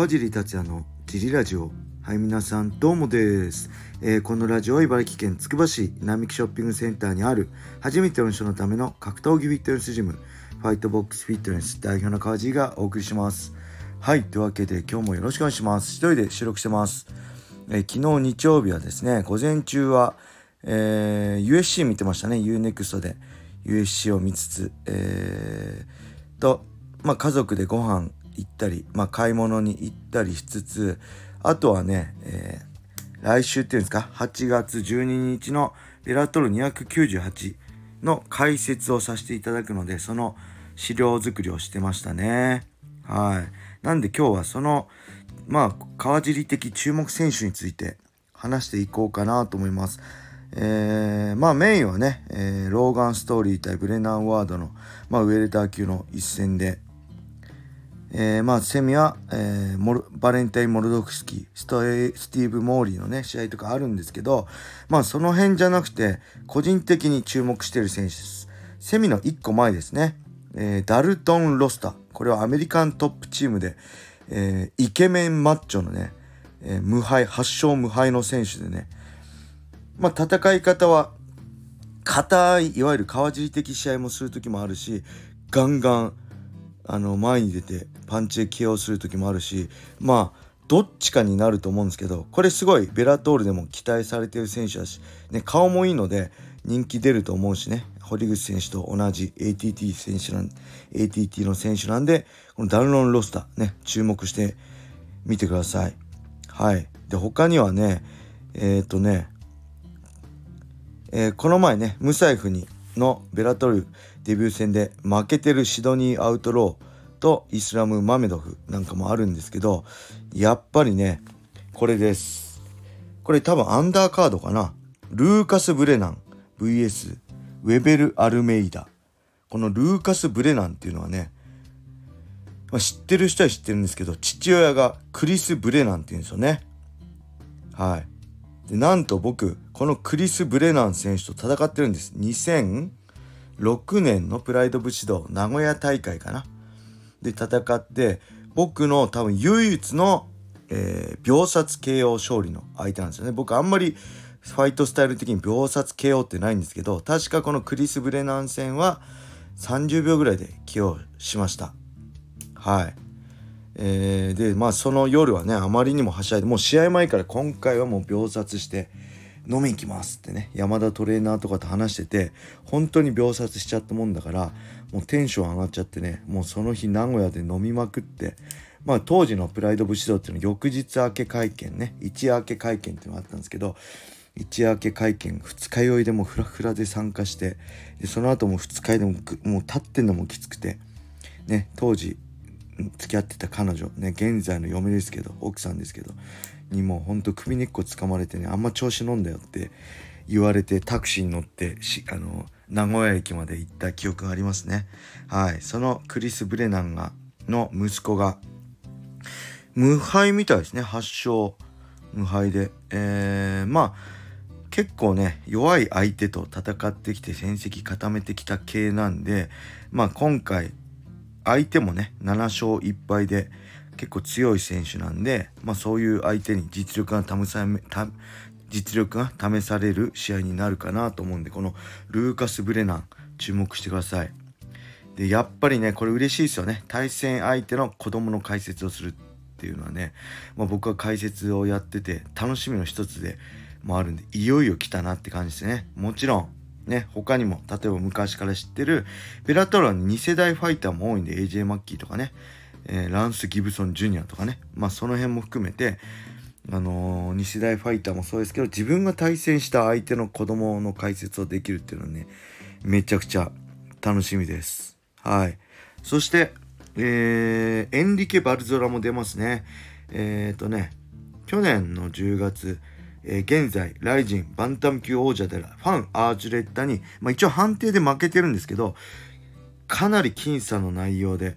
川尻達也のジリラジオ。はい、皆さんどうもです。このラジオは茨城県つくば市並木ショッピングセンターにある初めての人のための格闘技フィットネスジム、ファイトボックスフィットネス代表の川尻がお送りします。はい、というわけで今日もよろしくお願いします。一人で収録してます。昨日日曜日はですね、午前中は、USC 見てましたね。UNEXT で USC を見つつ、家族でご飯行ったり、買い物に行ったりしつつ、あとはね、来週っていうんですか、8月12日のベラトル298の解説をさせていただくので、その資料作りをしてましたね。はい。なんで今日はその、川尻的注目選手について話していこうかなと思います。メインはね、ローガン・ストーリー対ブレナン・ワードの、ウェルター級の一戦で、セミは、バレンタイン・モルドフスキー、スティーブ・モーリーのね、試合とかあるんですけど、その辺じゃなくて、個人的に注目している選手です。セミの1個前ですね、ダルトン・ロスター。これはアメリカントップチームで、イケメンマッチョのね、8勝無敗の選手でね、戦い方は、硬い、いわゆる川尻的試合もする時もあるし、ガンガン、前に出てパンチで KO する時もあるし、どっちかになると思うんですけど、これすごいベラトールでも期待されている選手だし、ね、顔もいいので人気出ると思うしね、堀口選手と同じ ATT の選手なんで、このダルロン・ロスターね、注目してみてください。はい。で、他にはね、この前ね、ムサイフのベラトルデビュー戦で負けてるシドニー・アウトローとイスラム・マメドフなんかもあるんですけど、やっぱりね、これです。これ多分アンダーカードかな。ルーカス・ブレナン vs ウェベル・アルメイダ。このルーカス・ブレナンっていうのはね、知ってる人は知ってるんですけど、父親がクリス・ブレナンっていうんですよね。はい。で、なんと僕このクリス・ブレナン選手と戦ってるんです。2006年のプライド武士道名古屋大会かなで戦って、僕の多分唯一の、秒殺 KO 勝利の相手なんですよね。僕あんまりファイトスタイル的に秒殺 KO ってないんですけど、確かこのクリス・ブレナン戦は30秒ぐらいで KO しました。はい。でその夜はね、あまりにもはしゃいで、もう試合前から今回はもう秒殺して飲み行きますってね、山田トレーナーとかと話してて、本当に秒殺しちゃったもんだから、もうテンション上がっちゃってね、もうその日名古屋で飲みまくって、当時のプライド武士道っていうのは翌日明け会見ね、一夜明け会見っていうのがあったんですけど、一夜明け会見二日酔いでもうフラフラで参加して、でその後も二日酔いでもう立ってんのもきつくてね、当時付き合ってた彼女ね、現在の嫁ですけど、奥さんですけどにもうほんと首根っこ掴まれてね、あんま調子飲んだよって言われて、タクシーに乗って名古屋駅まで行った記憶がありますね。はい。そのクリス・ブレナンの息子が無敗みたいですね。8勝無敗で、結構ね、弱い相手と戦ってきて戦績固めてきた系なんで、今回相手もね7勝1敗で結構強い選手なんで、そういう相手に実力が試される試合になるかなと思うんで、このルーカス・ブレナン注目してください。で、やっぱりね、これ嬉しいですよね。対戦相手の子供の解説をするっていうのはね、僕は解説をやってて楽しみの一つでもあるんで、いよいよ来たなって感じですね。もちろんね、他にも例えば昔から知ってるベラトルは2世代ファイターも多いんで、 AJ マッキーとかね、ランス・ギブソン・ジュニアとかね、その辺も含めて2世代ファイターもそうですけど、自分が対戦した相手の子供の解説をできるっていうのはね、めちゃくちゃ楽しみです。はい。そして、エンリケ・バルゾラも出ますね。去年の10月、現在ライジンバンタム級王者であるファン・アーチュレッタに、一応判定で負けてるんですけど、かなり僅差の内容で、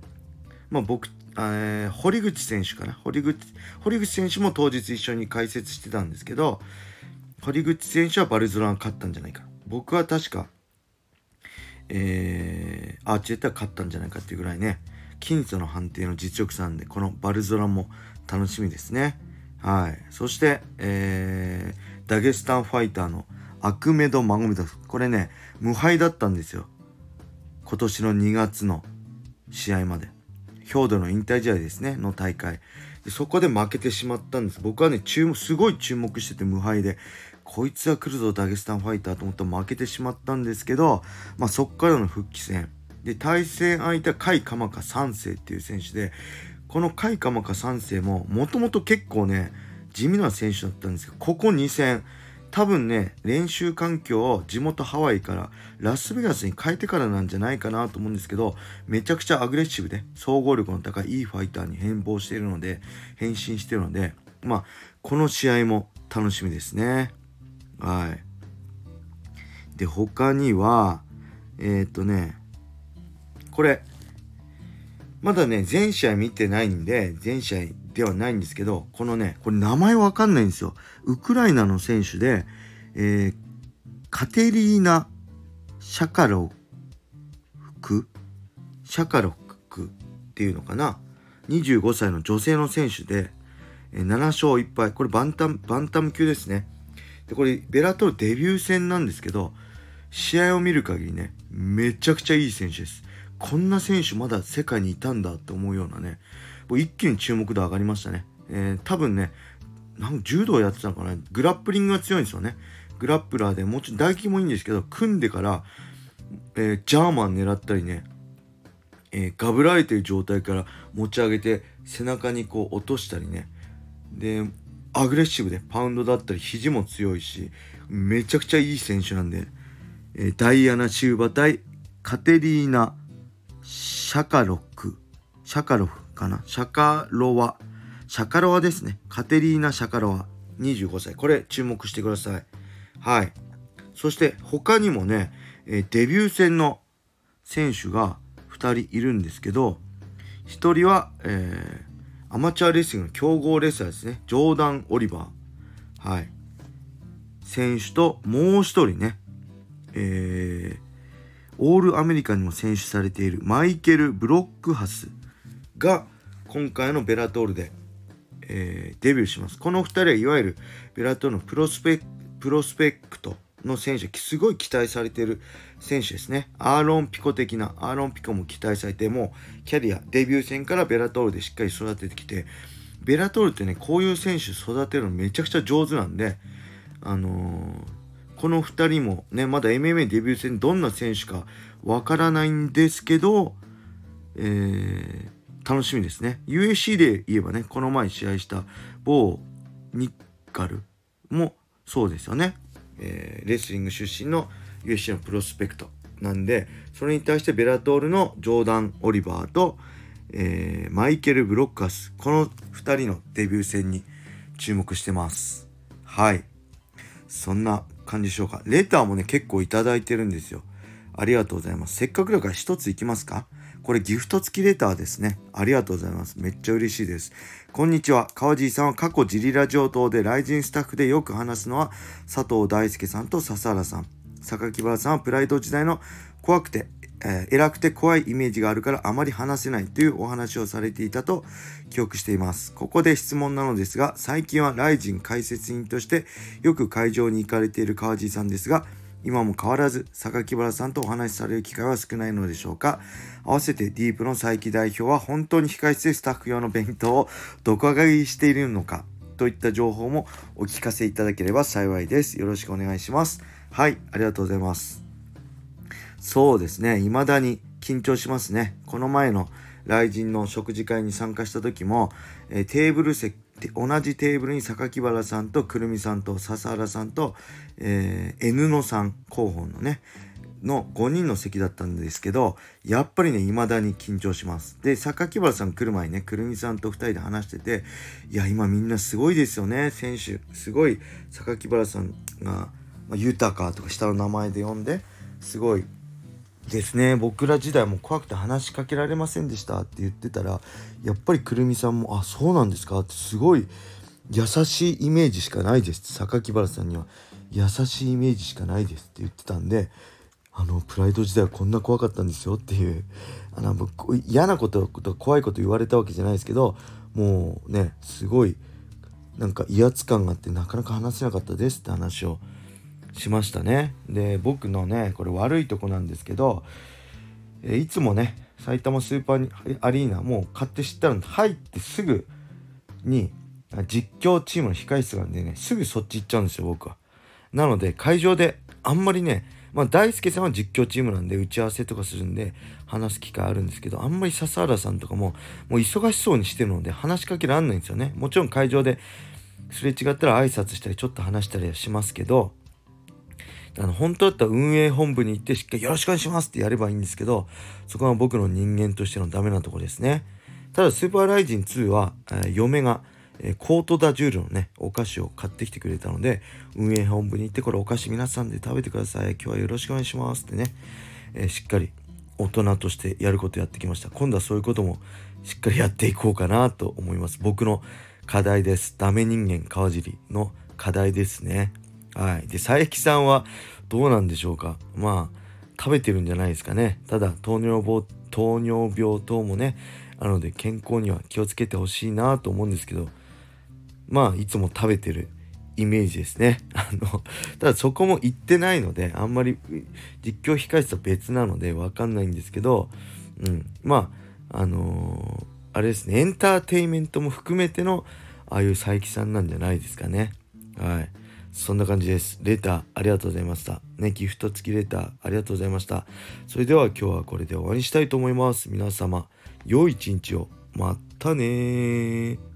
堀口選手かな、堀口選手も当日一緒に解説してたんですけど、堀口選手はバルゾラが勝ったんじゃないか、僕は確か、アーチェッタが勝ったんじゃないかっていうぐらいね、僅差の判定の実力差なんで、このバルゾラも楽しみですね。はい。そして、ダゲスタンファイターのアクメド・マゴメドフ、これね無敗だったんですよ、今年の2月の試合まで。兵頭の引退試合ですねの大会で、そこで負けてしまったんです。僕はねすごい注目してて、無敗でこいつは来るぞダゲスタンファイターと思ったら負けてしまったんですけど、そっからの復帰戦で、対戦相手は甲斐鎌香3世っていう選手で、この甲斐鎌香3世ももともと結構ね地味な選手だったんですけど、ここ2戦多分ね練習環境を地元ハワイからラスベガスに変えてからなんじゃないかなと思うんですけど、めちゃくちゃアグレッシブで総合力の高いいいファイターに変身しているので、この試合も楽しみですね。はい。で他にはこれまだね全試合見てないんで全試合ではないんですけど、これ名前わかんないんですよ。ウクライナの選手で、カテリーナ・シャカロクっていうのかな、25歳の女性の選手で、7勝1敗、これバンタム級ですね。でこれベラトルデビュー戦なんですけど、試合を見る限りねめちゃくちゃいい選手です。こんな選手まだ世界にいたんだって思うようなね、一気に注目度上がりましたね。多分ね柔道やってたのかな、グラップリングが強いんですよね。グラップラーでもちろん打撃もいいんですけど、組んでから、ジャーマン狙ったりね、ガブられてる状態から持ち上げて背中にこう落としたりね、でアグレッシブでパウンドだったり肘も強いし、めちゃくちゃいい選手なんで、ダイアナ・シューバ対カテリーナ・シャカロワですね。カテリーナ・シャカロワ25歳、これ注目してください。はい。そして他にもね、デビュー戦の選手が2人いるんですけど、1人は、アマチュアレスリングの強豪レスラーですね、ジョーダン・オリバー、はい、選手と、もう1人ね、オールアメリカにも選出されているマイケル・ブロックハスが今回のベラトールで、デビューします。この2人はいわゆるベラトールのプロスペクトの選手、すごい期待されている選手ですね。アーロンピコも期待されて、もうキャリアデビュー戦からベラトールでしっかり育ててきて、ベラトールってねこういう選手育てるのめちゃくちゃ上手なんで、この2人もねまだ MMA デビュー戦どんな選手かわからないんですけど、楽しみですね。 USC で言えばね、この前試合した某ニッカルもそうですよね。レスリング出身の USC のプロスペクトなんで、それに対してベラトールのジョーダン・オリバーと、マイケル・ブロッカス、この2人のデビュー戦に注目してます。はい、そんな感じでしょうか。レターもね結構いただいてるんですよ。ありがとうございます。せっかくだから一ついきますか。これギフト付きレターですね。ありがとうございます。めっちゃ嬉しいです。こんにちは。川尻さんは過去ジリラジオ等でライジンスタッフでよく話すのは佐藤大輔さんと笹原さん。榊原さんはプライド時代の怖くて、偉くて怖いイメージがあるからあまり話せないというお話をされていたと記憶しています。ここで質問なのですが、最近はライジン解説員としてよく会場に行かれている川尻さんですが、今も変わらず榊原さんとお話しされる機会は少ないのでしょうか。合わせてディープの佐伯代表は本当に控室でスタッフ用の弁当を毒買いしているのかといった情報もお聞かせいただければ幸いです。よろしくお願いします。はい、ありがとうございます。そうですね、未だに緊張しますね。この前の雷神の食事会に参加した時も、同じテーブルに榊原さんとくるみさんと笹原さんと、N 野さん広報のねの5人の席だったんですけど、やっぱりね未だに緊張します。で榊原さん来る前にねくるみさんと2人で話してて、いや今みんなすごいですよね。選手すごい、榊原さんが、豊とか下の名前で呼んですごいですね。僕ら時代も怖くて話しかけられませんでしたって言ってたら、やっぱりくるみさんもそうなんですかって、すごい優しいイメージしかないです、榊原さんには優しいイメージしかないですって言ってたんで、 プライド時代はこんな怖かったんですよっていう、嫌なことと怖いこと言われたわけじゃないですけど、もうねすごいなんか威圧感があってなかなか話せなかったですって話をしましたね。で僕のねこれ悪いとこなんですけど、いつもね埼玉スーパーアリーナもう買って知ったので入ってすぐに実況チームの控室があるんでね、すぐそっち行っちゃうんですよ僕は。なので会場であんまりね、大輔さんは実況チームなんで打ち合わせとかするんで話す機会あるんですけど、あんまり笹原さんとかもう忙しそうにしてるので話しかけらんないんですよね。もちろん会場ですれ違ったら挨拶したりちょっと話したりはしますけど、本当だったら運営本部に行ってしっかりよろしくお願いしますってやればいいんですけど、そこは僕の人間としてのダメなところですね。ただスーパーライジン2は、嫁がコートダジュールのねお菓子を買ってきてくれたので、運営本部に行ってこれお菓子皆さんで食べてください、今日はよろしくお願いしますってね、しっかり大人としてやることやってきました。今度はそういうこともしっかりやっていこうかなと思います。僕の課題です。ダメ人間川尻の課題ですね。はい。で佐伯さんはどうなんでしょうか。食べてるんじゃないですかね。ただ糖尿病等もねので健康には気をつけてほしいなと思うんですけど、いつも食べてるイメージですね。ただそこも行ってないのであんまり実況控室と別なので分かんないんですけど、あれですね、エンターテインメントも含めてのああいう佐伯さんなんじゃないですかね。はい、そんな感じです。レターありがとうございましたね。ギフト付きレターありがとうございました。それでは今日はこれで終わりにしたいと思います。皆様良い一日を。またねー。